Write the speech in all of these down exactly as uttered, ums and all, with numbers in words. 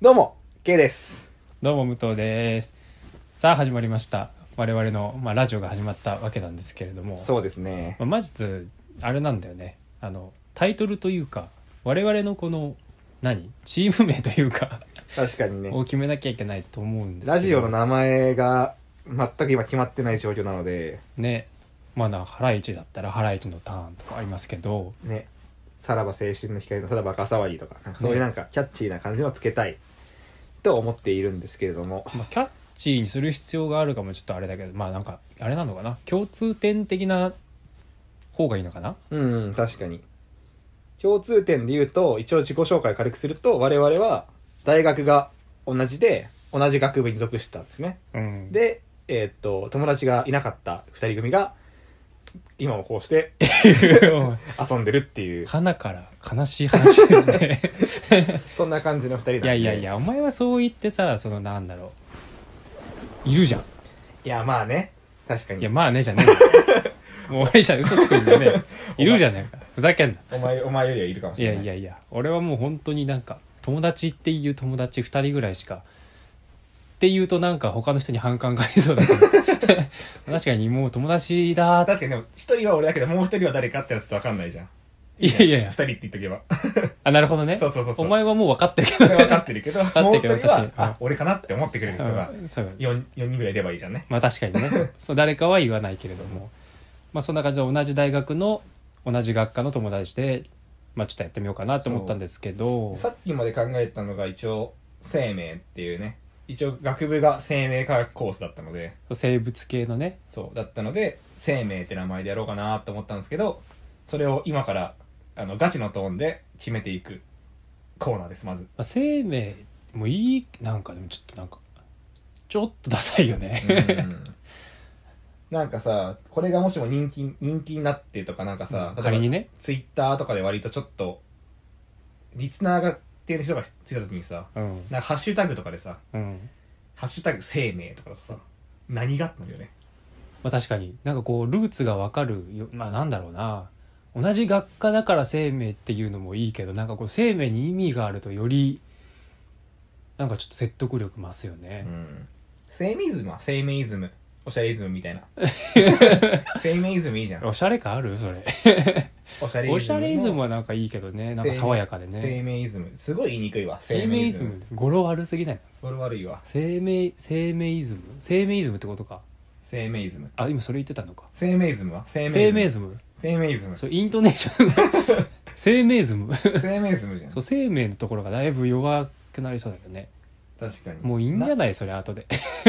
どうも K です。 どうも武藤です。さあ始まりました。我々の、まあ、ラジオが始まったわけなんですけれども、 そうですね。 まあ、まずあれなんだよね。あのタイトルというか我々のこの何チーム名というか確かにね。 を決めなきゃいけないと思うんですけど、 ラジオの名前が全く今決まってない状況なので、 ね、まあなハライチだったらハライチのターンとかありますけど、 ね、さらば青春の光のさらば赤騒ぎとか、なんかそういうなんかキャッチーな感じのつけたいと思っているんですけれども、 まあ、キャッチーにする必要があるかもちょっとあれだけど、まあなんかあれなのかな、共通点的な方がいいのかな。 うん、確かに。共通点で言うと、一応自己紹介軽くすると、我々は大学が同じで、同じ学部に属してたんですね。 うん、 で、えーっと、友達がいなかった二人組が、今もこうして遊んでるっていう、 花から悲しい話ですねそんな感じの二人なんで。 いやいやいや、お前はそう言ってさ、そのなんだろう、いるじゃん。 いや、まあね。確かに。 いやまあねじゃねえもう俺じゃ嘘つくんだよねいるじゃねえか、ふざけんな。 お前、お前よりはいるかもしいれない。 やいやいや、俺はもう本当になんか友達っていう友達ふたりぐらいしかっていうとなんか他の人に反感がありそうだけど確かにもう友達だ。 確かにでも、一人は俺だけど、もう一人は誰かってのはちょっとわかんないじゃん。 いやいやいや、 二人って言っとけば。 あ、なるほどね。 そうそうそうそうお前はもう分かってるけどね分かってるけど、 かってるもう一けど人は確、かにあ、俺かなって思ってくれる人がうんそうよん、よにんぐらいいればいいじゃんね。 まあ確かにねそう誰かは言わないけれども、まあそんな感じで同じ大学の同じ学科の友達で、まあちょっとやってみようかなと思ったんですけど、 さっきまで考えたのが一応、生命っていうね、一応学部が生命科学コースだったので、 そう生物系のね、 そう、だったので、生命って名前でやろうかなと思ったんですけど、それを今から、あの、ガチのトーンで決めていくコーナーです、まず。 まあ、生命もいい、なんかでもちょっとなんかちょっとダサいよねうんなんかさ、これがもしも人気、人気になってとかなんかさ、 仮にね、 ツイッターとかで割とちょっと、リスナーがっていう人がついた時にさ、 うんなんかハッシュタグとかでさ、 うんハッシュタグ生命とかだとさ、何がってなるよね。 まあ確かになんかこうルーツがわかるよ。まあなんだろうな、同じ学科だから生命っていうのもいいけど、なんかこう生命に意味があるとよりなんかちょっと説得力増すよね、 うん。生命イズムは生命イズム。おしゃれイズムみたいな。生命イズムいいじゃん。 おしゃれ感あるそれおしゃれイズムの。 おしゃれイズムはなんかいいけどね、なんか爽やかでね。 生命イズム。すごい言いにくいわ。 生命イズム語呂悪すぎない？ これ悪いわ。 生命生命イズム生命イズムってことか。 生命イズム。 あ、今それ言ってたのか。 生命イズムは生生命イイズム、 生命イズム。 そうイントネーション生命イズム生命イズムじゃん。 そう生命のところがだいぶ弱くなりそうだけどね。 確かに。 もういいんじゃないそれ後で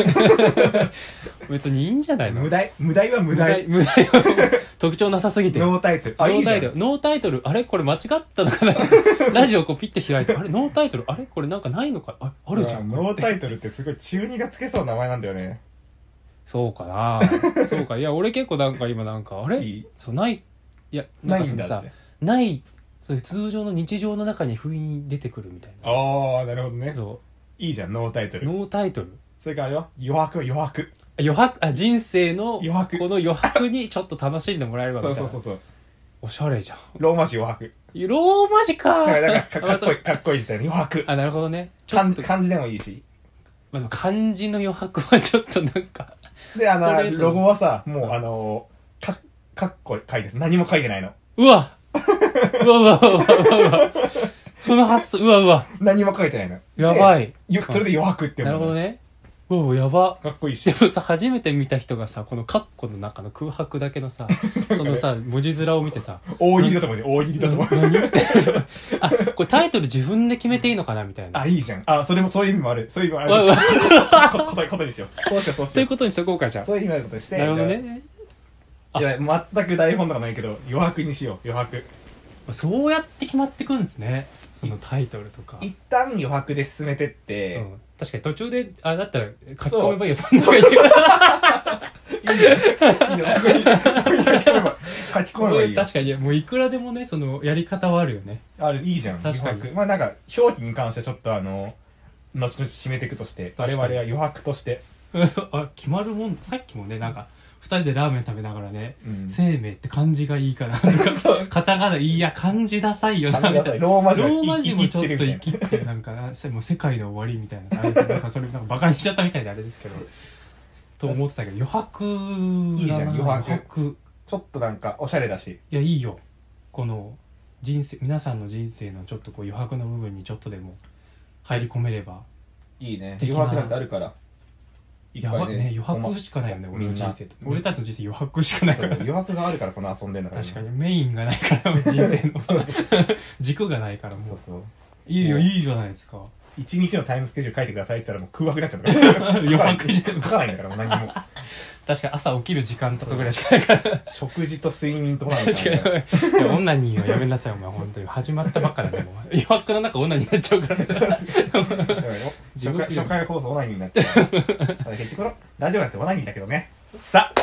別にいいんじゃないの。 無題無題は無題。 無題は特徴なさすぎて。 ノータイトル。 ノあ、いいじゃん。 ータイトルノータイトル、あれこれ間違ったのかなラジオこうピッて開いて、あれノータイトル、あれこれなんかないのか、ああるじゃん。 ノータイトルってすごい中二がつけそうな名前なんだよね。 そうかなそうか。いや俺結構なんか今なんかあれいいそうない、いやなないんかそのさんだって。 ないそういう通常の日常の中に不意に出てくるみたいな。 ああ、なるほどね。 そいいじゃん、ノータイトル。 うノータイトル、 それからあれは余白は余白。 余白、あ人生の余白この余白にちょっと楽しんでもらえればみたいうな。 そそうそうそう。 おしゃれじゃん。 ローマ字余白。 ローマ字かだからかかっこいい、 あかっこいい時代の余白。 あなるほどね。ちょっと漢字、漢字でもいいし。 まあ、でも漢字の余白はちょっとなんかで、あの、 ストレートロゴはさ、もうあの、か、かっこ書いてす。何も書いてないの。 うわうわうわうわうわうわその発想、うわうわ何も書いてないの。 やばい。 で。よそれで余白ってな読むの。 るほどね。うわやば。 かっこいいしで。もさ初めて見た人がさこのカッコの中の空白だけのさそのさ文字面を見てさ大喜利だと思うよ、大喜利だと思う。 何言ってんのあこれタイトル自分で決めていいのかなみたいな。 あ、いいじゃん。あ、それもそういう意味もある。そういう意味もある。 うわうわこ答え、答えにしよう。そうしよう、そうしよということにしとこうかじゃう。そういう意味あることにして。 あなるほどね。 じゃあ。いや、全く台本とかないけど、余白にしよう、余白。 そうやって決まってくんですね、そのタイトルとか。 一旦余白で進めてって、 うん、確かに途中であだったら書き込めばいいよ、そんなの言ってからいいじゃん。いいじゃん。ここに書き込めば、書き込めばいいよ。 確かにもういくらでもねそのやり方はあるよね。 ある、いいじゃん。 確かに余白。まあなんか、表記に関してはちょっとあの、後々締めていくとして、我確かに 々は余白として。 あ決まるもん。さっきもねなんかふたりでラーメン食べながらね、 うん生命って漢字がいいかなとかカタカナいや漢字ダサいよなみたいな、 ローマ字がローマ字もちょっと生生ききってなんかなもう世界の終わりみたいなさなんかそれなんかバカにしちゃったみたいであれですけどと思ってたけど余白いいじゃんだな余白ちょっとなんかおしゃれだし。 いやいいよこの人生皆さんの人生のちょっとこう余白の部分にちょっとでも入り込めればいいね。 的な余白なんてあるからいっぱいやばね余白しかないよねおま俺の人生ってみんな俺たちの人生余白しかないからそう余白があるからこの遊んでんだから確かにメインがないから人生の軸がないからもそううそういいよもういいじゃないですか一日のタイムスケジュール書いてくださいって言ったらもう空白になっちゃうから余白じゃん書かないんだからもう何も確かに朝起きる時間とかぐらいしかないから食事と睡眠となんだ確かにいやオナニーはやめなさいお前本当に始まったばっかだねもう余白の中オナニーになっちゃうからさ初回初回放送オナニーになっちゃう結局のラジオなんてオナニーだけどねさ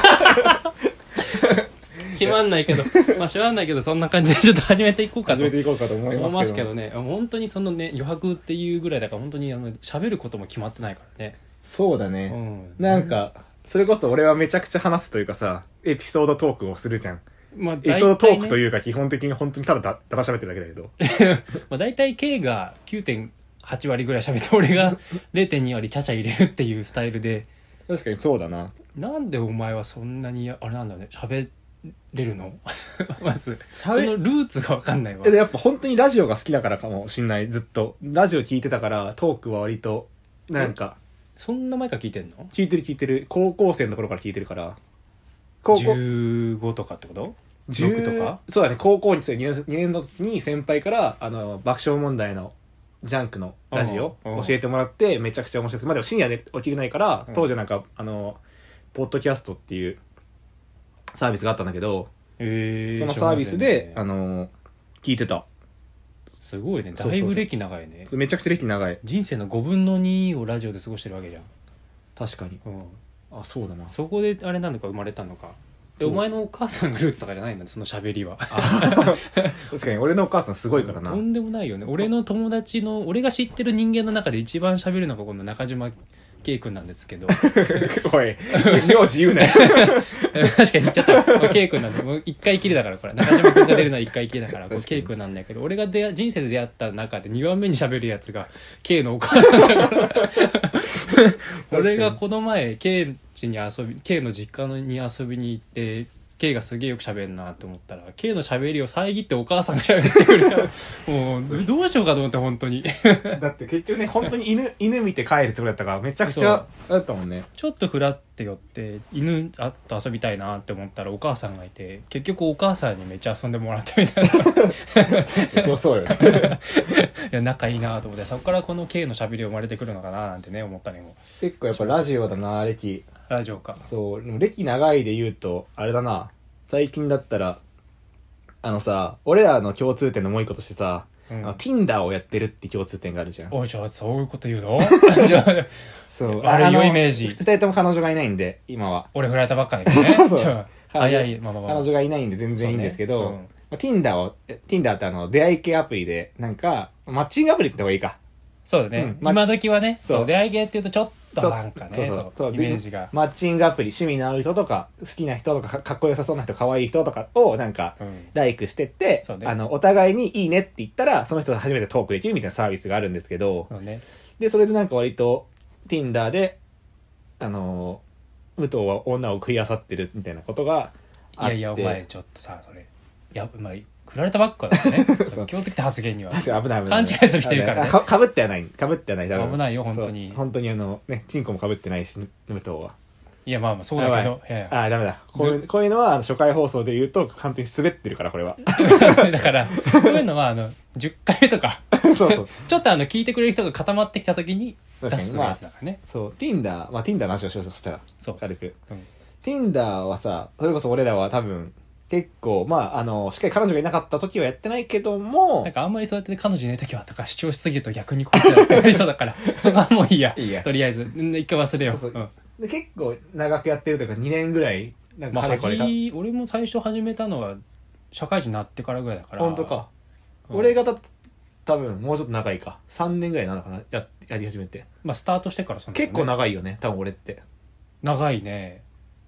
閉まんないけどまあ閉まんないけどそんな感じでちょっと始めていこうかと始めていこうかと思い思いまけどますすけどね本当にそのね余白っていうぐらいだから本当にあの喋ることも決まってないからねそうだうね、 んなんかそれこそ俺はめちゃくちゃ話すというかさエピソードトークをするじゃん。 まあエピソードトークとういうか基本的に本当にただだだら喋ってるだけだけどまあ大体 K が きゅうてんはち 割ぐらい喋って俺が れいてんに 割ちゃちゃ入れるっていうスタイルで確かにそうだな。 なんでお前はそんなにあれなんだね喋れるのまずそ喋のルーツが分かんないわえでやっぱ本当にラジオが好きだからかもしんない。ずっとラジオ聞いてたからトークは割となんかそんな前から聞いてんの聞いてる聞いてる高校生の頃から聞いてるから高校じゅうごとかってことじゅうろくとかそうだね高校ににねんにねんの時に先輩からあの爆笑問題のジャンクのラジオうんうん教えてもらってめちゃくちゃ面白くてまあでも深夜で起きれないからうん当時はなんかあのポッドキャストっていうサービスがあったんだけどへーそのサービスであ知らないねの聞いてた。 すごいねそうそうそうだいぶ歴長いねめちゃくちゃ歴長い。 人生のごぶんのにをラジオで過ごしてるわけじゃん、 確かにうん、 あそうだなそこであれなのか生まれたのかでそうお前のお母さんがルーツとかじゃないんだその喋りは確かに俺のお母さんすごいからなとんでもないよね俺の友達の俺が知ってる人間の中で一番喋るのがこの中島圭君なんですけどおい名字言うなよ確かに言っちゃった圭君なんでもう一回きりだからこれ中島君が出るのは一回きりだからこれ圭君なんだけど俺が出会人生で出会った中でにばんめに喋るやつが圭のお母さんだから俺がこの前圭家に遊び圭の実家に遊びに行ってK がすげえよく喋るなと思ったら K の喋りを遮ってお母さんが喋ってくるからもうどうしようかと思って本当にだって結局ね本当に犬犬見て帰るつもりだったからめちゃくちゃだったもんね。 ちょっとフラって寄って犬あと遊びたいなって思ったらお母さんがいて結局お母さんにめっちゃ遊んでもらったみたいなそうそうよいや仲いいなと思ってそこからこの K の喋り生まれてくるのかななんてね思ったりも結構やっぱラジオだな歴。 ラジオかそうでも歴長いで言うとあれだな最近だったらあのさ俺らの共通点のもう一個としてさ、 うんあの Tinder をやってるって共通点があるじゃん。 おいじゃあそういうこと言うのじゃあそうあれよのイメージ二人とも彼女がいないんで今は俺振られたばっかだけどねそうじゃああいやいやまあまあまあ彼女がいないんで全然いいんですけど、 そうねうんまあ、Tinder を Tinder ってあの出会い系アプリでなんかマッチングアプリって方がいいかそうだね、 うん今時はねそうそう出会い系っていうとちょっとなんかねそうそうそうそうイメージが、 マッチングアプリ趣味の合う人とか好きな人とかかかっこよさそうな人可愛い人とかをなんかうんライクしてって、 そうねあのお互いにいいねって言ったらその人と初めてトークできるみたいなサービスがあるんですけど、 そうねでそれでなんか割と Tinder であの武藤は女を食い漁ってるみたいなことがあっていやいやお前ちょっとさそれいやまあ振られたばっかだよねそう気をつけて発言には確かに危ない危ない勘違いする人いるからねかかぶってはないかぶってはない多分危ないよ本当にそう本当にあのねチンコもかぶってないし武藤はいやまあまあそうだけどいやいやああダメだこういうこういうのはあの初回放送で言うと完全に滑ってるからこれはだからこういうのはあのじゅっかいめとかそうそうちょっとあの聞いてくれる人が固まってきた時に確かに出すやつだからね、 そう Tinder まあ Tinder の話をしようとしたらそう軽くうん Tinder はさそれこそ俺らは多分結構まああのしっかり彼女がいなかった時はやってないけどもなんかあんまりそうやって彼女いない時はとか主張しすぎると逆にこっちだってなりそうだからそこはもういいやいいやとりあえずうん一回忘れようそうそううんで結構長くやってるというかにねんぐらいなんまあかかれこれか始俺も最初始めたのは社会人になってからぐらいだから本当か、 うん俺がだ多分もうちょっと長いかさんねんぐらいなのかなややり始めてまあスタートしてからそんなのね結構長いよね多分俺って長いね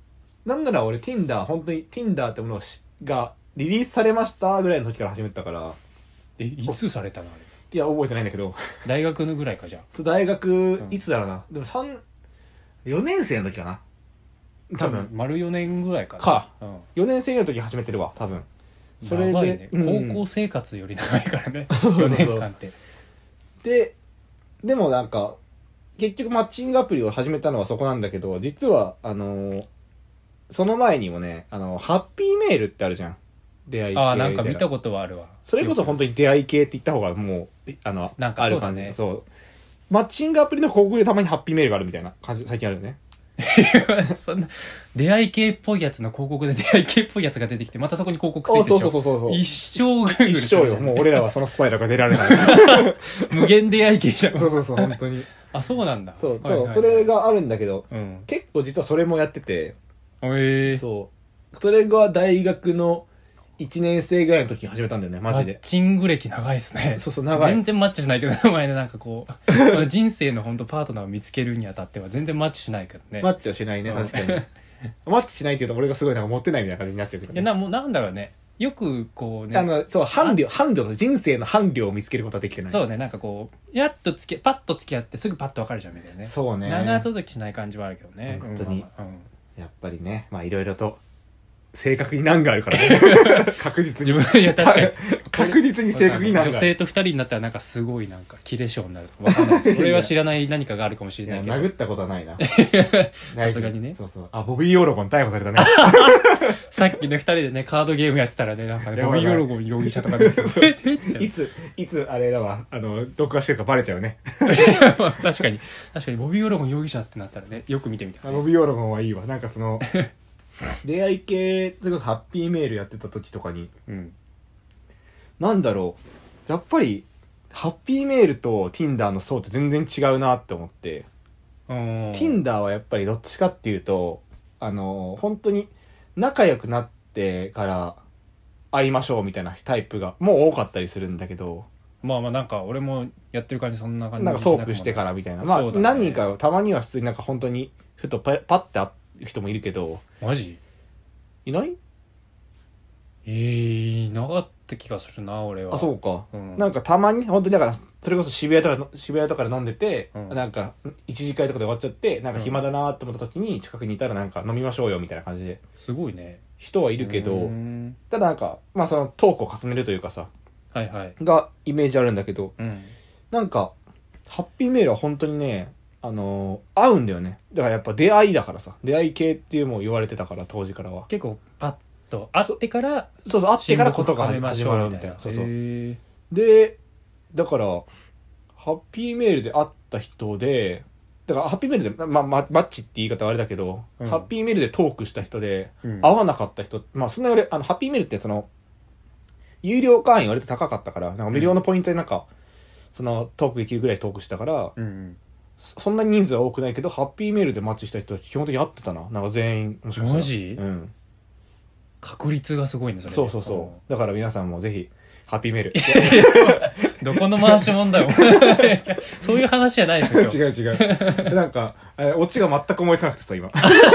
なんなら俺 Tinder 本当に Tinder ってものをしがリリースされましたぐらいの時から始めてたから、 えいつされたのあれいや覚えてないんだけど大学のぐらいかじゃあ大学んいつだろうな、でもさんよねん生の時かな多分丸よねんぐらいかなかうん、 よねん生の時始めてるわ多分。それで、 長いね、 うん高校生活より長いからねそうよねんかんってででもなんか結局マッチングアプリを始めたのはそこなんだけど、実はあのーその前にもね、あのハッピーメールってあるじゃん、出会い系。 ああなんか見たことはあるわ。 それこそ本当に出会い系って言った方がもうあのなんかあるそうだね感じ。そうマッチングアプリの広告でたまにハッピーメールがあるみたいな感じ最近あるよね。 そんな出会い系っぽいやつの広告で出会い系っぽいやつが出てきてまたそこに広告ついてるでしょ。 そうそうそうそうそう一生ぐるぐる一生よ。もう俺らはそのスパイラルが出られない無限出会い系じゃん。 そうそうそう本当にあそうなんだ。 そう、 はいはいはいそうそれがあるんだけど、 うん結構実はそれもやってて、 ええそうそれが大学のいちねん生ぐらいの時に始めたんだよねマジマッで。 チング歴長いですね。 そうそう長い全然マッチしないけどお前ねなんかこう人生の本当パートナーを見つけるにあたっては全然マッチしないけどね。 マッチはしないね確かにマッチしないって言うと俺がすごいなんか持ってないみたいな感じになっちゃうけどね。 いやなもうなんだろうねよくこうねあのそう伴侶伴侶と人生の伴侶を見つけることはできてない。 そうねなんかこうやっとつけパッと付き合ってすぐパッと別れちゃうみたいなね。 そうね長続きしない感じはあるけどね。 本当にうんうんやっぱりねまあいろいろと性格に難があるからね確実に自分いや確かに確実に性格に難がある。 女性と二人になったらなんかすごいなんかキレ性になるとかわかんないです俺は知らない何かがあるかもしいれないけどや殴ったことはないなさすがにねそうそうあボビー・オロゴン逮捕されたねさっきね二人でねカードゲームやってたらねなんかねやばいボビー・オロゴン容疑者とか出てきてええっていついつあれだわあの録画してるかバレちゃうねまあ確かに確かにボビー・オロゴン容疑者ってなったらねよく見てみたあボビー・オロゴンはいいわなんかその出会い系それこそハッピーメールやってた時とかにうんなんだろうやっぱりハッピーメールと Tinder の層って全然違うなって思って、 うん Tinder はやっぱりどっちかっていうとあの本当に仲良くなってから会いましょうみたいなタイプがもう多かったりするんだけど、 まあまあなんか俺もやってる感じそんな感じなんかトークしてからみたいな、まあ、 そうだね何人かたまには普通になんか本当にふとパパッて会う人もいるけどマジいないえー、なかった気がするな俺は。 あそうか、 うんなんかたまに本当にだからそれこそ渋谷とかの渋谷とかで飲んでて、 うんなんか一次会とかで終わっちゃってなんか暇だなって思った時に近くにいたらなんか飲みましょうよみたいな感じですごいね人はいるけど、 うーんただなんかまあそのトークを重ねるというかさはいはいがイメージあるんだけどうんなんかハッピーメールは本当にねあのー合うんだよね。だからやっぱ出会いだからさ出会い系っていうもう言われてたから当時からは結構パッと会ってからそうそう会ってからことが始親睦深めまし始まるょうみたいなみたいなそうそうへーでだからハッピーメールで会った人でだからハッピーメールで、ま、ま、マッチって言い方はあれだけど、 うんハッピーメールでトークした人で、 うん会わなかった人まあそんな俺あのハッピーメールってその有料会員割と高かったからなんか無料のポイントでなんか、そのトークできるぐらいトークしたから、 うんうんそそんなに人数は多くないけどハッピーメールでマッチした人は基本的に会ってたななんか全員もしかしたらマジうん確率がすごいねそれそうそうそうだから皆さんもぜひハッピーメールうんどこの回しもんだよそういう話じゃないでしょ今日違う違うなんかえオチが全く思いつかなくてさ今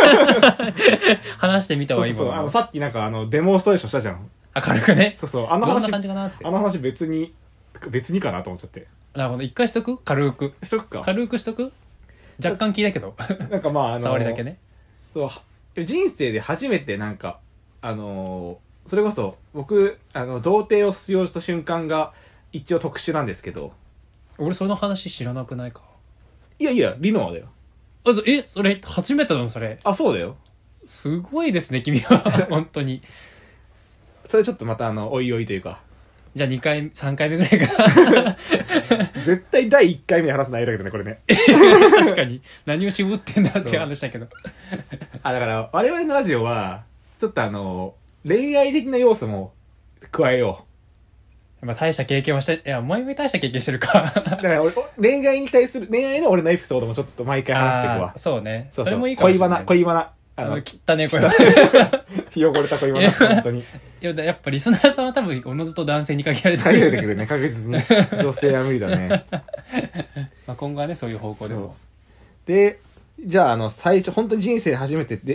話してみたわそうそうそう今あのさっきなんかあのデモンストレーションしたじゃん明るくねそうそうあの話どんな感じかなっつってあの話別に別にかなと思っちゃってなるほど一回しとく軽くしとくか軽くしとく若干聞いたけどなんかまああの触りだけねそうは人生で初めてなんかあのーそれこそ僕あの童貞を卒業した瞬間が一応特殊なんですけど俺その話知らなくないかいやいやリノアだよあそえそれ初めてなのそれあそうだよすごいですね君は本当にそれちょっとまたあのおいおいというかじゃあにかいさんかいめぐらいか絶対だいいっかいめで話す内容だけどねこれね確かに何を渋ってんだっていう話だけどあだから我々のラジオはちょっとあの恋愛的な要素も加えよまあ大した経験はしていやお前も大した経験してるかうだから俺恋愛に対する恋愛の俺のエピソードもちょっと毎回話していくわあーそうねそうそうそれもいいかもし恋れないバナ恋バナあのあの汚ねえ声は汚れた恋バナ本当にいややっぱリスナーさんは多分おのずと男性に限られて限られてくるね確実に女性は無理だねまあ今後はねそういう方向でもでじゃああの最初本当に人生で初めてで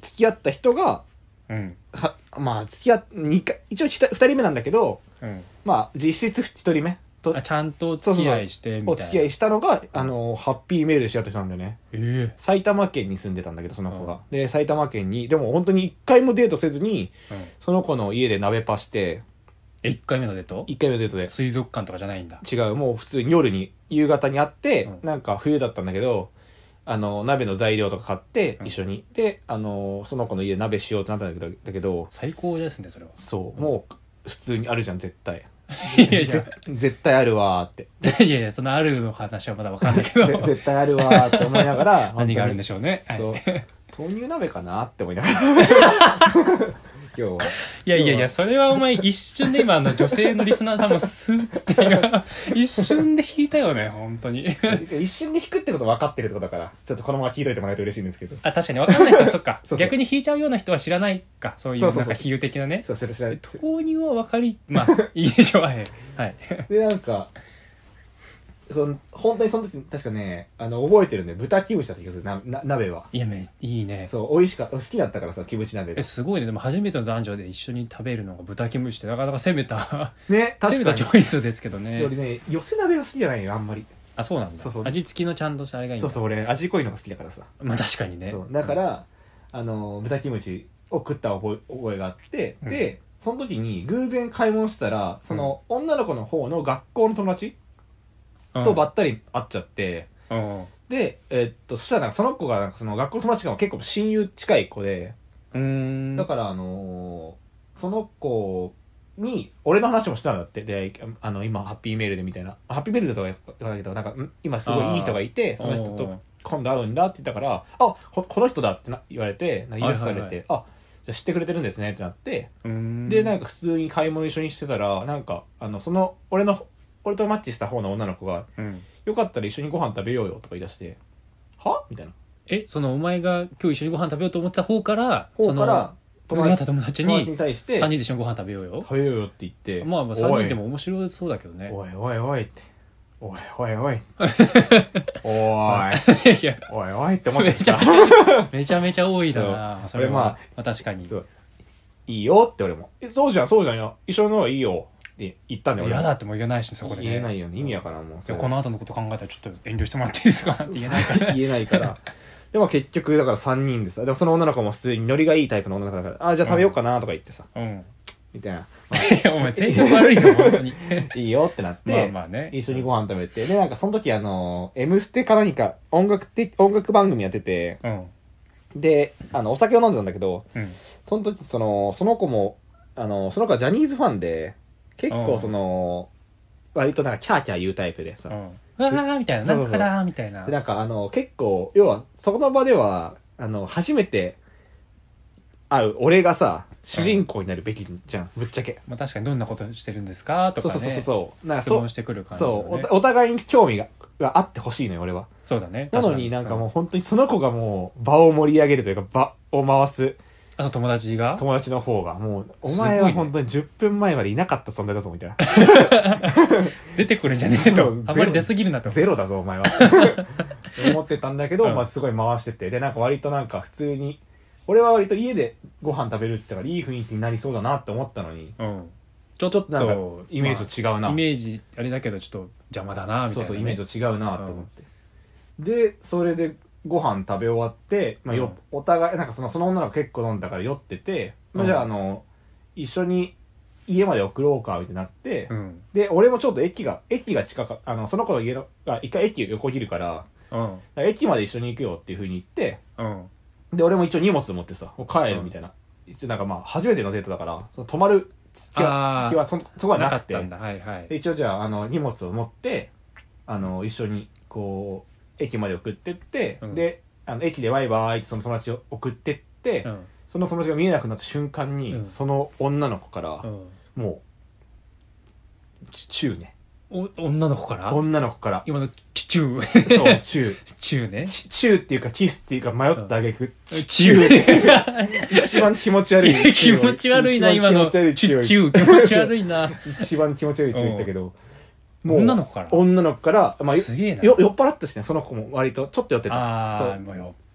付き合った人がうんはまあ付き合っにかい一応ふたふたりめなんだけど、 うんまあ実質ひとりめとあちゃんとお付き合いしてみたいなお付き合いしたのがあのハッピーメールで知り合った人なんだよね。 ええ埼玉県に住んでたんだけどその子が、 うんで埼玉県にでも本当に一回もデートせずにうんその子の家で鍋パしてえいっかいめのデート一回目のデートで水族館とかじゃないんだ違うもう普通に夜に夕方に会って、 うんなんか冬だったんだけどあの鍋の材料とか買ってうん一緒に、であのその子の家で鍋しようってなったんだけどだけど最高ですねそれはそうもう普通にあるじゃん絶対いやいやぜ絶対あるわーっていやいやそのあるの話はまだ分かんないけどぜ絶対あるわーって思いながら何があるんでししょうね、はい、 そう豆乳鍋かなって思いながら今日はいやいやいやそれはお前一瞬で今あの女性のリスナーさんもスーって今一瞬で引いたよね本当に一瞬で引くってこと分かってるってことだからちょっとこのまま聞いといてもらえると嬉しいんですけどあ確かに分かんない人はそっかそうそう逆に引いちゃうような人は知らないかそういそううそうそうなんか比喩的なねそうそれ知らない豆乳は分かりまあいいでしょうはい、はい、 でなんかその本当にその時確かねあの覚えてるね豚キムチだった気がするなな鍋はいやめいいねそう美味しかった好きだったからさキムチ鍋えがすごいねでも初めての男女で一緒に食べるのが豚キムチってなかなか攻めたね攻めた確かにチョイスですけどねよりね寄せ鍋が好きじゃないよあんまりあそうなんだそうそう味付きのちゃんとしたあれがいいんだそうそう俺味濃いのが好きだからさまあ確かにねそうだから、あの豚キムチを食った覚え覚えがあって、 うんでその時に偶然買い物したらその、女の子の方の学校の友達うんとばったり会っちゃって、 うんで、えっとそしたらなんかその子がなんかその学校の友達が結構親友近い子で、 うーんだからあのーその子に俺の話もしたんだってであの今ハッピーメールでみたいなハッピーメールだとは言わないけどなんかん今すごいいい人がいてその人と今度会うんだって言ったからあここの人だってな言われてなんか言い出されて、 はいはいはいあじゃあ知ってくれてるんですねってなってうーんでなんか普通に買い物一緒にしてたらなんかあのその俺の俺とマッチした方の女の子がうんよかったら一緒にご飯食べようよとか言い出してはみたいなえそのお前が今日一緒にご飯食べようと思った方から方からその付き合った友達友達にに対してさんにんで一緒にご飯食べようよ食べようよって言ってまあまあさんにんでも面白そうだけどねおいおいおいっておいおいおいおいいやおいおいって思っちゃってめちゃさめちゃめちゃ多いだなそうそれは俺まあまあ確かにそういいよって俺もえそうじゃんそうじゃんよ一緒の方がいいよって言ったんだよ俺も嫌だっても言えないしねそこでね言えないよね意味わからんもんでこの後のこと考えたらちょっと遠慮してもらっていいですかって言えないから言えないからでも結局だからさんにんでさでもその女の子も普通にノリがいいタイプの女の子だからあじゃあ食べようかなとか言ってさ、 うんみたいな、 いやお前性格悪いぞ本当にいいよってなって、 まあまあね一緒にご飯食べてでなんかその時あの「M ステ」か何か音楽的音楽番組やっててうんであのお酒を飲んでたんだけどうんその時そのその子もあのその子はジャニーズファンで結うん構その割となんかキャーキャー言うタイプでさ、 うんうわーみたいなそうそうそうなんかだーみたいなでなんかあの結構要はそこの場ではあの初めて会う俺がさ主人公になるべきじゃん、ぶっちゃけまあ確かにどんなことしてるんですかとかねそうそうそうそうなんかそう質問してくる感じだねそうおお互いに興味ががあってほしいのよ俺はそうだねなのになんかもう本当にその子がもう場を盛り上げるというか場を回すあと友達が友達の方がもうおすごいね前は本当にじゅっぷんまえまでいなかった存在だぞみたいな出てくるんじゃねえとそうあんまり出過ぎるなとゼロだぞお前は思ってたんだけど、 うんまあすごい回しててでなんか割となんか普通に俺は割と家でご飯食べるってからいい雰囲気になりそうだなって思ったのにうんちょっちょっとなんかとイメージと違うな、 まあイメージあれだけどちょっと邪魔だなみたいなねそうそうイメージと違うなって思って、でそれでご飯食べ終わって、まあようんお互いなんかそのその女の子結構飲んだから酔ってて、まあ、じゃああの一緒に家まで送ろうかみたいになって、 うんで俺もちょっと駅が駅が近かあのその子の家のが一回駅を横切るからうんだから駅まで一緒に行くよっていう風に言ってうんで俺も一応荷物持ってさもう帰るみたいな、一応なんかまあ初めてのデートだからその泊まる気はあー気はそそこはなくてなかったんだはいはいで一応じゃああの荷物を持ってあの一緒にこう駅まで送ってって、 うんであの駅でワイワイってその友達を送ってって、 うんその友達が見えなくなった瞬間に、 うんその女の子から、 うんもうチチューねお女の子から女の子から今のチューそうチューチューねチチューっていうかキスっていうか迷った挙句、チチュー一番気持ち悪い気持ち悪いな今の一番気持ち悪いチュチューチュー気持ち悪いな一番気持ち悪いチュー言ったけど、 女の子から女の子から、まあ、 すげえなよ酔っ払ったしねその子も割とちょっと酔ってたあそうあもう酔っ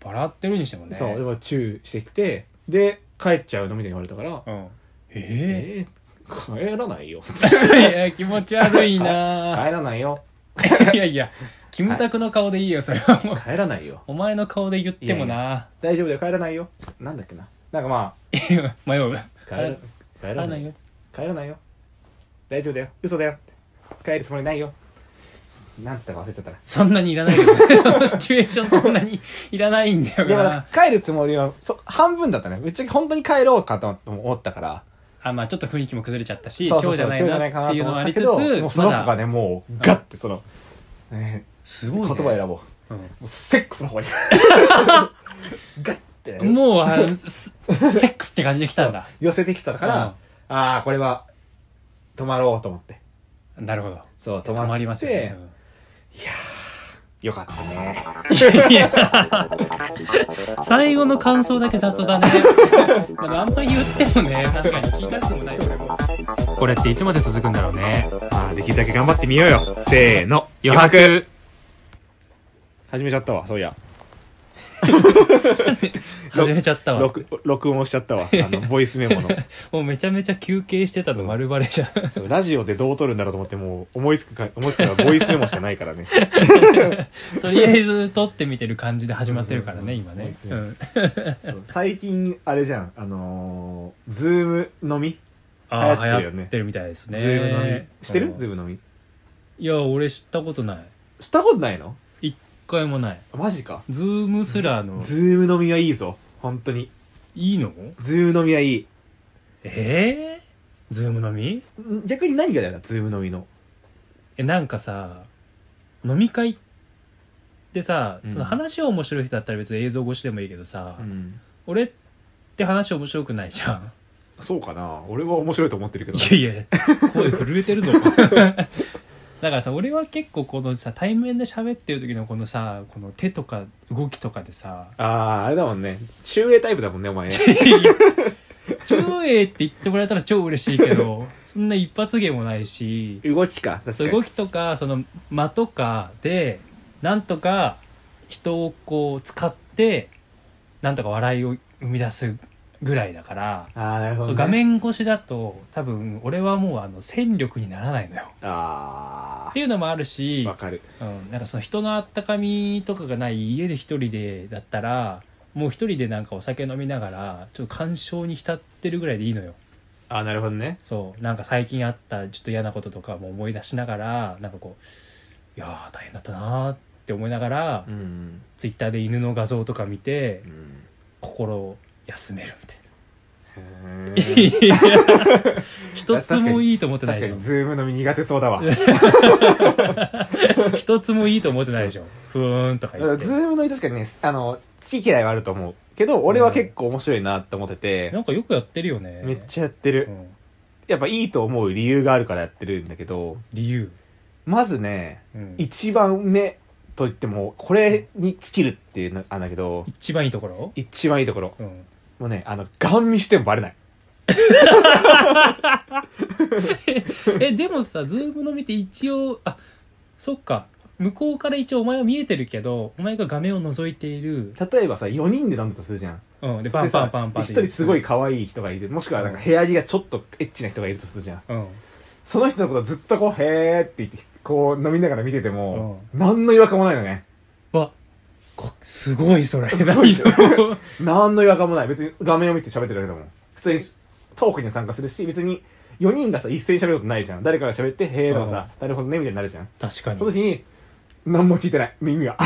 払ってるにしてもね。 そうでもチューしてきてで帰っちゃうのみたいに言われたからうん。ええー、帰らないよー、いや気持ち悪いな帰らないよいやいやキムタクの顔でいいよそれはもう帰らないよお前の顔で言ってもな。 大丈夫だよ帰らないよなんだっけななんかまあいや迷う。 帰ら帰帰らなよらないいよ。 帰らないよ大丈夫だよ嘘だよ帰るつもりないよなんつったか忘れちゃったなそんなにいらないけどねそのシチュエーションそんなにいらないんだよでもな。 帰るつもりはそ半分だったねぶっちゃけ本当に帰ろうかと思ったからあまあちょっと雰囲気も崩れちゃったしそうそうそう今日じゃないなっていうのはありつつ今日じゃないかなと思ったけどもうその子まだがねもうガッてその、ね、 すごい、ね、 言葉選ぼうもうんうセックスの方にガッてもうあスセックスって感じで来たんだ。 寄せてきてたから、 うんああこれは泊まろうと思ってなるほど。 そう泊まって止まりますよね。 いやーよかったねいや最後の感想だけ雑だね。まあ、あんま言ってもね、確かに聞いたくもないけど。これっていつまで続くんだろうね。 まあできるだけ頑張ってみようよせーの余白。 始めちゃったわそういや始めちゃったわ。 録録音しちゃったわあのボイスメモのもうめちゃめちゃ休憩してたの丸バレじゃん。 そうラジオでどう撮るんだろうと思ってもう思いつくか思いつくのはボイスメモしかないからねとりあえず撮ってみてる感じで始まってるからね、今ね。 そううんそう最近あれじゃんあのー、ズーム飲みああ、 流行ってるよね流行ってるみたいですね。 ズーム飲みしてるうんズーム飲みいや、俺知ったことない。 したことないの一回もない。 マジかズームすらの、 ズーム飲みはいいぞ本当にいいのズーム飲みはいいええー、ズーム飲みん逆に何がだよズーム飲みのえ、なんかさ、飲み会ってさ、 うんその話が面白い人だったら別に映像越しでもいいけどさ、 うん俺って話面白くないじゃん。 そうかな俺は面白いと思ってるけどいやいや、声震えてるぞ。だからさ、俺は結構このさ、対面で喋ってる時のこのさ、この手とか動きとかでさ、 あああれだもんね中英タイプだもんねお前ね超えって言ってもらえたら超嬉しいけど、そんな一発芸もないし、 動きか確かにそう動きとか、その間とかで、なんとか人をこう使って、なんとか笑いを生み出すぐらいだから、 ああなるほど、ね、 画面越しだと多分俺はもうあの戦力にならないのよあっていうのもあるしあわかるうん、なんかその人のあったかみとかがない家で一人でだったらもう一人でなんかお酒飲みながらちょっと感傷に浸ってるぐらいでいいのよ。 ああなるほどねそうなんか最近あったちょっと嫌なこととかも思い出しながらなんかこういやー大変だったなーって思いながら、 うん、 ツイッターで犬の画像とか見てうん、 心を休めるみたいな。 へーいや一つもいいと思ってないでしょ確かにズーム飲み苦手そうだわ一つもいいと思ってないでしょふーんとか言ってズーム飲み確かにねあの好き嫌いはあると思うけど俺は結構面白いなって思ってて、 なんかよくやってるよねめっちゃやってる、 うんやっぱいいと思う理由があるからやってるんだけど理由、 まずねうん一番目と言ってもこれに尽きるっていうのあんだけど一番いいところ、 一番いいところうん、 もうねあのガン見してもバレないえでもさズームの見て一応あそっか向こうから一応お前は見えてるけどお前が画面を覗いている、 例えばさよにんで飲んだとするじゃんうん、でパンパンパンパンって一人すごい可愛い人がいるもしくはなんか部屋着がちょっとエッチな人がいるとするじゃんうんその人のことずっとこうへーって言ってこう飲みながら見てても、何の違和感もないのねわこすごいそれすごい何それ何の違和感もない別に画面を見て喋ってるだけだもん普通にトークに参加するし別によにんがさ一斉に喋ることないじゃん誰かが喋ってへーとかさなるほどねみたいになるじゃん確かにその時に何も聞いてない耳が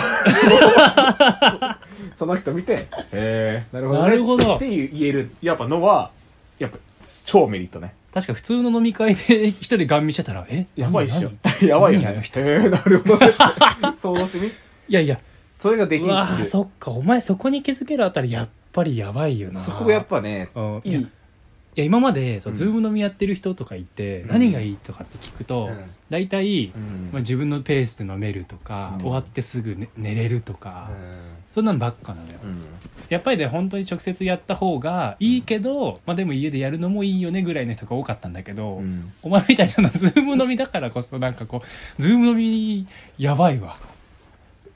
その人見てへーなるほどねなるほどって言えるやっぱのはやっぱ超メリットね確か普通の飲み会で一人ガン見してたらえやばいっしょ何やばいよね何あの人へーなるほどね想像してみいやいやそれができるうわーそっかお前そこに気づけるあたりやっぱりやばいよなそこがやっぱねうんいいいや今までそう、 うんズーム飲みやってる人とかいて、 うん何がいいとかって聞くと、 うん大体、 うんまあ、自分のペースで飲めるとか、 うん終わってすぐ、ね、寝れるとか、 うそんなんばっかなのよ、 んやっぱりね本当に直接やった方がいいけど、まあ、でも家でやるのもいいよねぐらいの人が多かったんだけど、 うんお前みたいなそのズーム飲みだからこそなんかこうズーム飲みやばいわ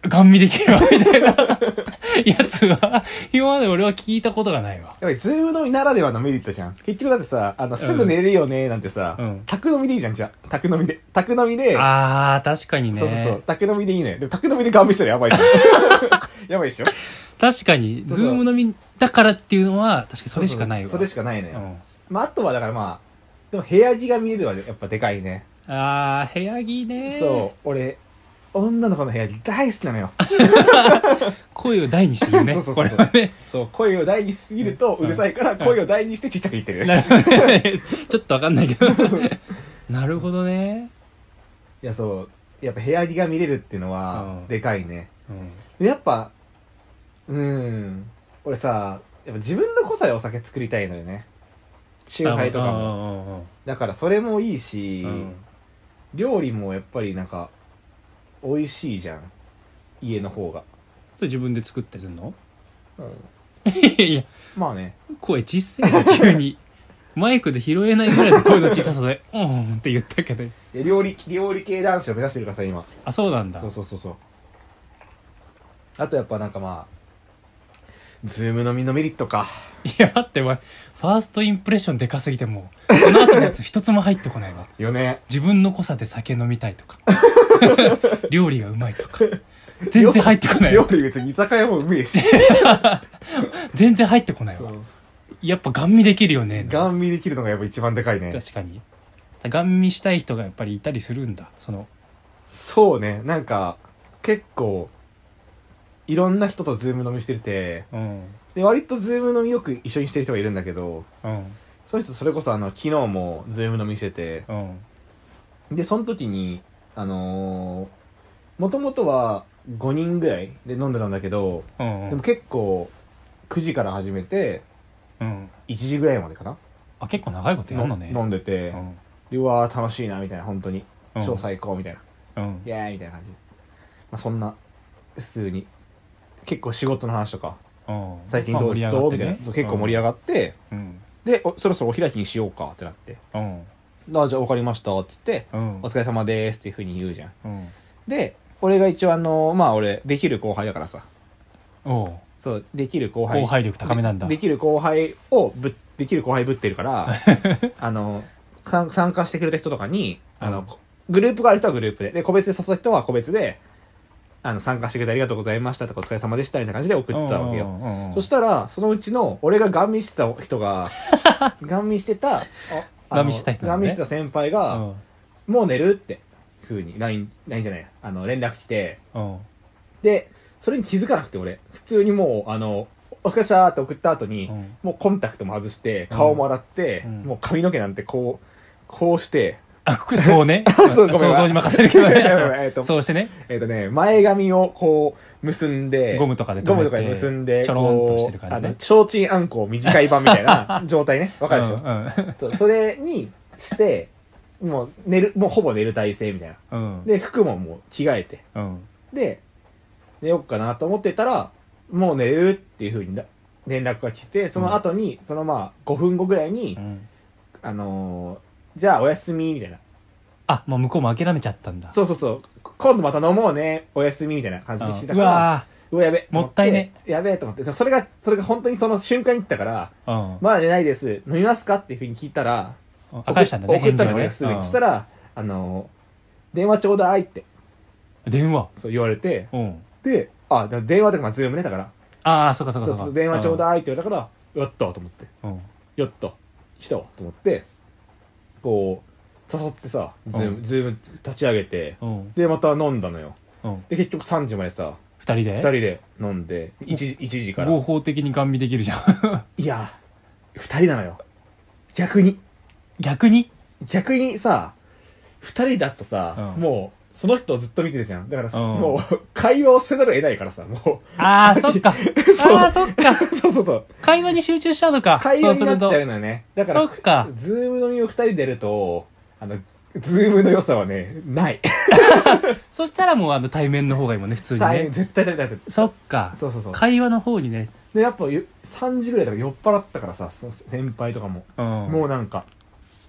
ガン見できるわみたいなやつは今まで俺は聞いたことがないわ。 やっぱりズーム飲みならではのメリットじゃん。結局だってさ、あのすぐ寝れるよねなんてさ、 うん、 宅飲みでいいじゃん。じゃあ宅飲みで宅飲みで、 あー確かにね。 そうそうそう、宅飲みでいいね。でも宅飲みでガン見したらやばいじゃんやばいでしょ。 確かにそうそうズーム飲みだからっていうのは確かにそれしかないわ。 そうそうそれしかないね、 うん、 まああとはだからまあでも部屋着が見えるはやっぱでかいね。 あー部屋着ね。 そう俺女の子の部屋着大好きなのよ声を大にしてるねそうそうそうそうこれはね。 そう声を大にしすぎるとうるさいから声を大にしてちっちゃく言ってる、 なるほどねちょっとわかんないけどなるほどね。 いやそうやっぱ部屋着が見れるっていうのはうんでかいね、 うん、 でやっぱうーん俺さやっぱ自分の個性お酒作りたいのよね。チューハイとかもも、 だからそれもいいし、 うん料理もやっぱりなんか美味しいじゃん家の方が、 それ自分で作ってすんの？ うん、 いやまあね声小さいな急にマイクで拾えないぐらいの声の小ささで「うん」って言ったけど。 いや料理料理系男子を目指してるからさ今。 あそうなんだ。 そうそうそうそう。あとやっぱなんかまあズーム飲みのメリットか。 いや待ってお前ファーストインプレッションでかすぎてもうその後のやつ一つも入ってこないわよね。 自分の濃さで酒飲みたいとか料理がうまいとか全然入ってこないわ。 料理別に居酒屋もうめえし全然入ってこないわ。 そうやっぱガン見できるよね。 ガン見できるのがやっぱ一番でかいね。 確かにガン見したい人がやっぱりいたりするんだ。そのそうねなんか結構いろんな人とズーム飲みしてて、 うんで割とズーム飲みよく一緒にしてる人がいるんだけど、 うんその人それこそあの昨日もズーム飲みしてて、 うんでその時にあのー、もともとはごにんぐらいで飲んでたんだけど、 うんでも結構くじから始めてうんいちじぐらいまでかなあ結構長いことやるのね。 飲んでて、 うんでうわー楽しいなみたいな本当にうん超最高みたいな、 うんイエーイみたいな感じで、まあ、そんな普通に結構仕事の話とかうん最近どうしまあどう盛り上がってねみたいなそう結構盛り上がって、 うんでおそろそろお開きにしようかってなってうんあじゃあ分かりましたっつって、 うんお疲れ様ですっていう風に言うじゃん。 うんで俺が一応あのまあ俺できる後輩だからさ、 おうそうできる後輩後輩力高めなんだ。 でできる後輩をぶできる後輩ぶってるからあのか参加してくれた人とかにあの、 うんグループがある人はグループでで個別で誘った人は個別であの参加してくれてありがとうございましたとかお疲れ様でしたみたいな感じで送ってたわけよ。 うんうんうんそしたらそのうちの俺がガン見してた人がガン見してたああのガン見してた人なのねガン見してた先輩が、 うんもう寝るってふうに ライン ライン じゃないやあの連絡来て、 うんでそれに気づかなくて俺普通にもうあのお疲れっしたーって送った後に、 うんもうコンタクトも外して顔も洗って、 うんもう髪の毛なんてこうこうしてあそうねそうごめん想像に任せるけどごめんごめんえねっとそうしてねえっ、とね前髪をこう結んでゴムとかでゴ留めてムとかで結んでちょろんとこうしてる感じねあの提灯あんこ短い版みたいな状態ねわかるでしょ、 うんうんそうそれにしてもう寝るもうほぼ寝る体勢みたいなうんで服ももう着替えてうんで寝よっかなと思ってたらもう寝るっていう風にな連絡が来てその後に、そのまあごふんごぐらいに、 うんあのー、じゃあおやすみみたいなあもう向こうも諦めちゃったんだ。 そうそうそう今度また飲もうねおやすみみたいな感じでしてたうからわうわやべもったいねと思ってやべえと思ってそれがそれが本当にその瞬間に言ったからーうんまだ寝ないです飲みますかっていう風に聞いたらあ返したんだね送ったの返事をね俺がすぐに、 うんそしたらあのー、電話ちょうだいって電話そう言われてうんであだから電話とかまあズームねだからああそっかそっかそそうっかそう電話ちょうだいって言われたから、やったと思ってうんやった来たわと思ってこう誘ってさズーム、 うんズーム立ち上げてうんでまた飲んだのようんで結局さんじまでさ二人でふたりで飲んで 1, 1時から合法的にガン見できるじゃんいやふたりなのよ逆に逆に逆にさふたりだとさ、 うんもうその人をずっと見てるじゃんだから、 うんもう会話をせざるを得ないからさもああそっかそうああそっかうそうそうそう会話に集中しちゃうのか会話になっちゃそうするうのよねだからそっかズーム飲みをふたりでやるとあのズームの良さはねないとそしたらもうあの対面の方がいいもんね普通に大変ね絶対大変そっかそうそうそう会話の方にねでやっぱゆさんじぐらいだから酔っ払ったからさその先輩とかも、 うんもうなんか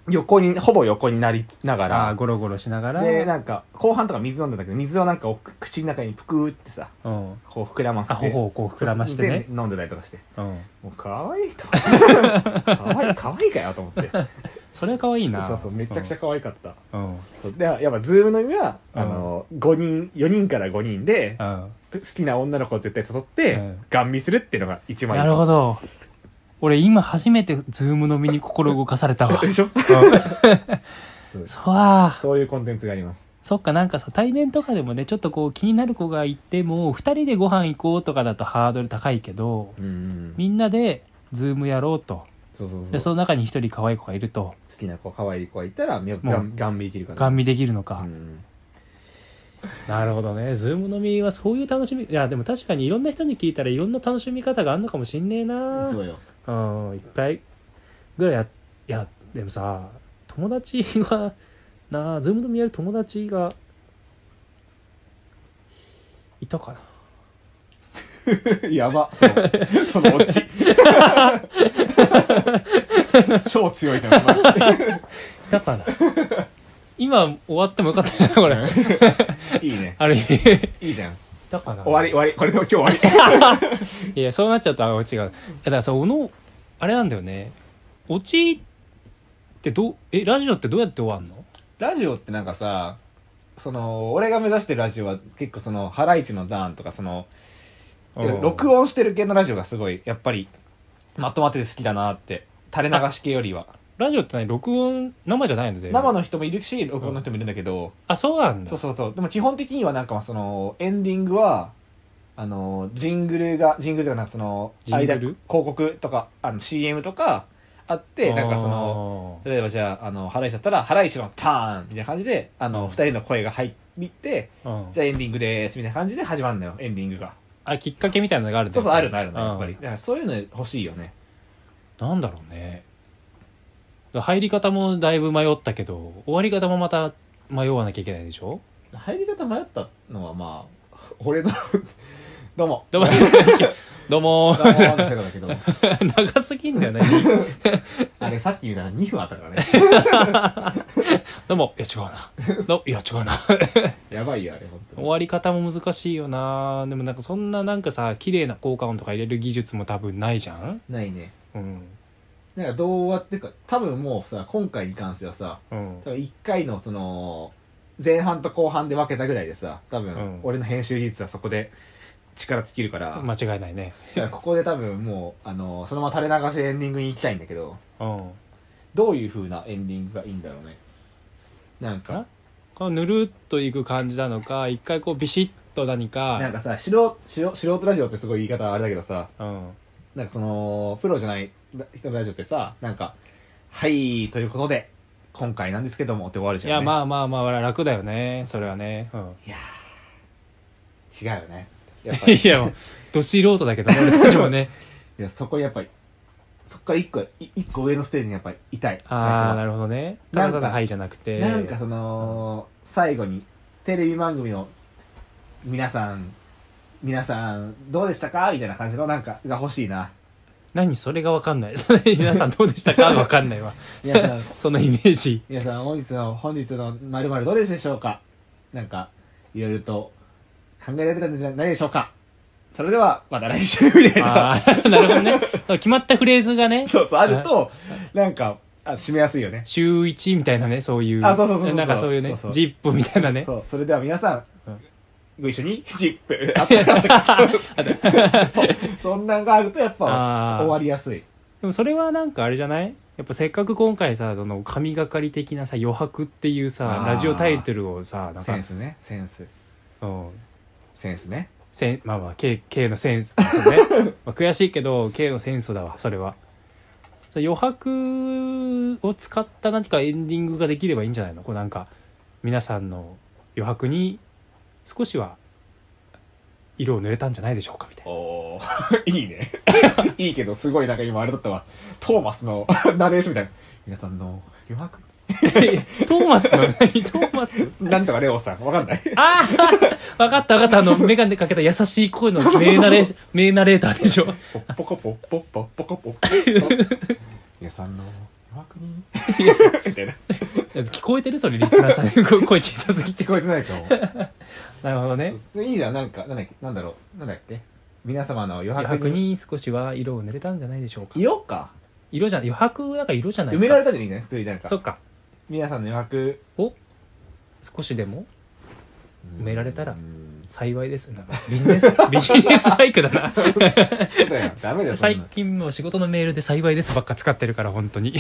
横にほぼ横になりながあらあゴロゴロしながらでなんか後半とか水飲んでたけど水をなんか奥口の中にぷくーってさうんこう膨らませてあ頬をこう膨らましてねで飲んでたりとかしてうんもう可愛いと可愛い可愛いかよと思ってそれは可愛いなそうそうめちゃくちゃ可愛かった、 うんそうでやっぱズームの意味は、 うんあのごにんよにんからごにんでうん好きな女の子を絶対誘って、 うんガン見するっていうのが一番いいなるほど俺今初めてズーム飲みに心動かされたわでしょうんそうわそういうコンテンツがありますそっかなんかさ対面とかでもねちょっとこう気になる子がいてもふたりでご飯行こうとかだとハードル高いけどうんうんみんなでズームやろうとそうそうそうでその中に一人可愛い子がいると好きな子可愛い子がいたらみガもうンガン見できるからガン見できるのか、 うんなるほどねズーム飲みはそういう楽しみいやでも確かにいろんな人に聞いたらいろんな楽しみ方があるのかもしんねえなそうようんいっかいぐらいやいやでもさ友達がなあズーム飲みやる友達がいたかなやばそのそのオチ超強いじゃんそのオチいたかな今終わってもよかったねこれいいねある意味いいじゃんいたかな終わり終わりこれで今日終わりいやそうなっちゃうとあ違ういやだからそのあれなんだよねオチってどうえラジオってどうやって終わんのラジオってなんかさその俺が目指してるラジオは結構そのハライチのダーンとかそのうん録音してる系のラジオがすごいやっぱりまとまってて好きだなって垂れ流し系よりはラジオって何録音生じゃないの全部生の人もいるし録音の人もいるんだけど、 あそうなんだそうそうそうでも基本的にはなんかまあそのエンディングはあのジングルがジングルじゃなくそのジングル間広告とかあの シーエム とかあってなんかその例えばじゃああのハライチだったらハライチのターンみたいな感じであのうんふたりの声が入ってうんじゃあエンディングですみたいな感じで始まるのよエンディングがあきっかけみたいなのがあるんだそうそうあるのあるのうんやっぱりだからそういうの欲しいよねなんだろうね入り方もだいぶ迷ったけど終わり方もまた迷わなきゃいけないでしょ入り方迷ったのはまあ俺のどうもどうもどうもどうものせいだけど長すぎんだよねあれさっきみたいなにふんあったからねどうもいや違うなどいや違うなやばいよあれ本当終にわり方も難しいよなでもなんかそんななんかさ綺麗な効果音とか入れる技術も多分ないじゃんないねうんなんかどう終わってるか多分もうさ今回に関してはさうん多分いっかいのその前半と後半で分けたぐらいでさ多分、 うん俺の編集技術はそこで力尽きるから、 間違いないねだからここで多分もうあのそのまま垂れ流しエンディングに行きたいんだけどうんどういう風なエンディングがいいんだろうねなんかこのぬるっといく感じなのか一回こうビシッと何かなんかさ素人素素人ラジオってすごい言い方あれだけどさうんなんかそのプロじゃない人のラジオってさなんかはいということで今回なんですけどもって終わるじゃん、ね、 いやまあまあまあ楽だよねそれはねうんいやー違うよねやっぱりいやもうど素人だけど俺たちもねいやそこにやっぱりそっから一個い一個上のステージにやっぱりいたいああなるるほどねたなんかだただ「はい」じゃなくてなんかその、最後にテレビ番組の皆さん皆さんどうでしたかみたいな感じのなんかが欲しいな何それが分かんないそれ皆さんどうでしたか分かんないわ皆さんそのイメージ皆さん本日の本日のまるまるどうでしたでしょうかなんかいろいろと考えられたんじゃないでしょうかそれではまた来週みたいなああなるほどね決まったフレーズがねそうそうあるとなんかあ締めやすいよね週一みたいなねそういうあそうそうそうそうなんかそういうねそうそうジップみたいなねそうそれでは皆さん、 うんご一緒にジップあったあったそうそんなんがあるとやっぱあー終わりやすいでもそれはなんかあれじゃないやっぱせっかく今回さその神がかり的なさ余白っていうさあーラジオタイトルをさなんかセンスねセンスうんセンスねせんまあまあ K, K のセンスですよね、まあ、悔しいけど K のセンスだわそれはそ余白を使った何かエンディングができればいいんじゃないのこうなんか皆さんの余白に少しは色を塗れたんじゃないでしょうかみたいなおーいいねいいけどすごいなんか今あれだったわトーマスのナレーションみたいな皆さんの余白トーマスの何トーマスなんとかレオさんわかんないああ分かった分かったあの眼鏡かけた優しい声の名ナレー名ナレーターでしょポッポコポッポッポッポコポッポ皆さんの白にみたいな聞こえてるそれリスナーさんに声小さすぎて聞こえてないかもなるほどね。 いいじゃん。なんかなんだっけなんだろうなんだっけ皆様の余余白白に少しは色を塗れたんじゃないでしょうか。 色か色じゃ余白だから色じゃないか。 埋められたじゃんいいね普通になんかそっか。 皆さんの余白を少しでも埋められたらうん幸いです。なんかビジネスビジネスバイクだなそうだよダメだよそん最な近もう仕事のメールで幸いですばっか使ってるから本当に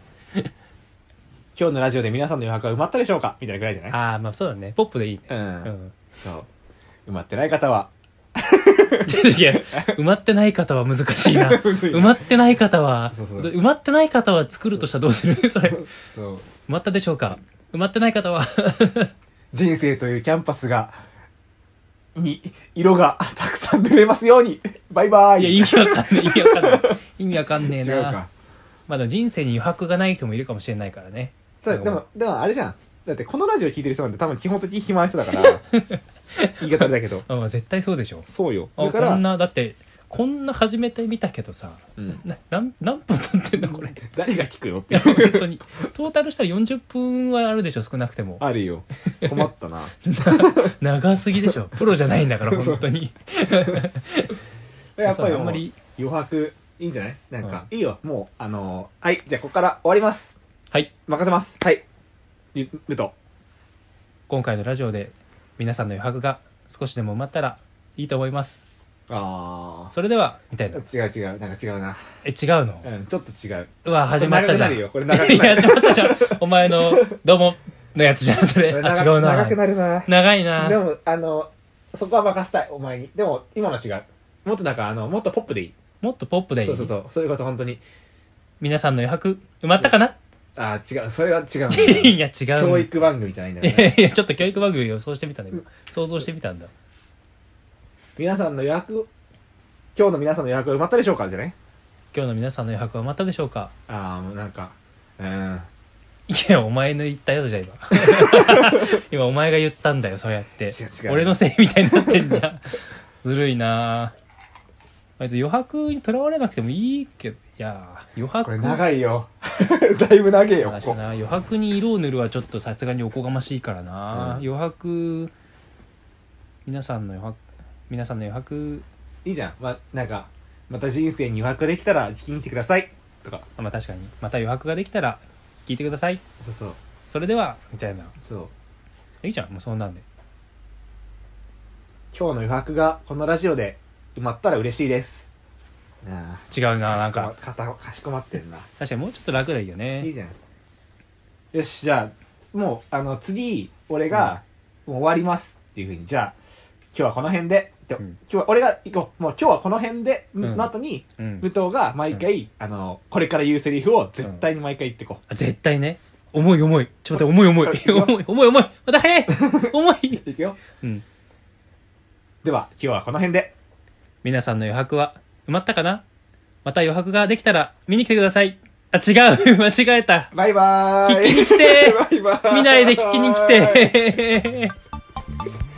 今日のラジオで皆さんの余白は埋まったでしょうかみたいなぐらいじゃないああまあそうだね、ポップでいいね。 うん、 うんそう埋まってない方はいや埋まってない方は難しいなむずいな埋まってない方はそうそう埋まってない方は作るとしたらどうするそれ埋そうまったでしょうか。埋まってない方は人生というキャンパスがに色がたくさん塗れますようにバイバーイ。 いや意味わかんねえ意味わかんねえ意味わかんねえな。 違うか。 まあでも人生に余白がない人もいるかもしれないからね。 そうでもでもあれじゃん。だってこのラジオ聞いてる人なんて多分基本的に暇な人だから言い方あれだけどあまあ絶対そうでしょ。 そうよ。 あだからこんなだってこんな始めてみたけどさ、 うんな何何分経ってんのこれ誰が聞くよっいやていう本当にトータルしたらよんじゅっぷんはあるでしょ少なくても。 あるよ。困ったな。 長すぎでしょプロじゃないんだから本当にやっぱりあんまり余白いいんじゃないなんか、いいよもうあのー、はいじゃあここから終わります。 はい任せます。はいゆ武藤今回のラジオで皆さんの余白が少しでも埋まったらいいと思います。 あそれではみたいな。 ー違う違うなんか違うな。 え違うの。 うんちょっと違う。 うわ始まったじゃん。 これ長くなるよこれ長くいなるや始まったじゃんお前のどうものやつじゃんそれ。 これあ長違うな長くなるな。 長いな。 でもあのそこは任せたいお前に。でも今の違う。もっとなんかあのもっとポップでいい。 もっとポップでいい。 そうそうそうそれこそ本当に皆さんの余白埋まったかな。 あー違うそれは違うんだいや違う。 教育番組じゃないんだよいね。 やいやちょっと教育番組予想してみたんだ今想像してみたんだ。 皆さんの予約今日の皆さんの予約は埋まったでしょうかじゃない。 今日の皆さんの余白は埋まったでしょうか。 ああもうなんかうんいやお前の言ったやつじゃん今今お前が言ったんだよそうやって。 違う違う俺のせいみたいになってんじゃんずるいな。あいつ余白にとらわれなくてもいいけどいや余白これ長いよだいぶ長いよここ確かにな余白に色を塗るはちょっとさすがにおこがましいからな、 うん余白皆さんの余白皆さんの余白いいじゃんまなんかまた人生に余白できたら聞きに来てくださいとかあまあ確かにまた余白ができたら聞いてくださいそうそうそれではみたいなそういいじゃんもうそんなんで今日の余白がこのラジオで埋まったら嬉しいです。あ違うななんかかしこまかしこまってんな。 確かにもうちょっと楽でいいよいいね。 じゃん。よしじゃあもうあの次俺が、もう終わりますっていうふうにじゃあ今日はこの辺で、でうん今日は俺が行こうもう今日はこの辺で、 んの後にうん武藤が毎回、あのこれから言うセリフを絶対に毎回言ってこう。 あ絶対ね重い重いちょっと待って重い重い重い重い重いまた早い重いいくよ。 うんでは今日はこの辺で。 皆さんの余白は埋まったかな。また余白ができたら見に来てください。あ違う間違えた。 バイバーイ。 聞きに来てバイバーイ。 見ないで聞きに来て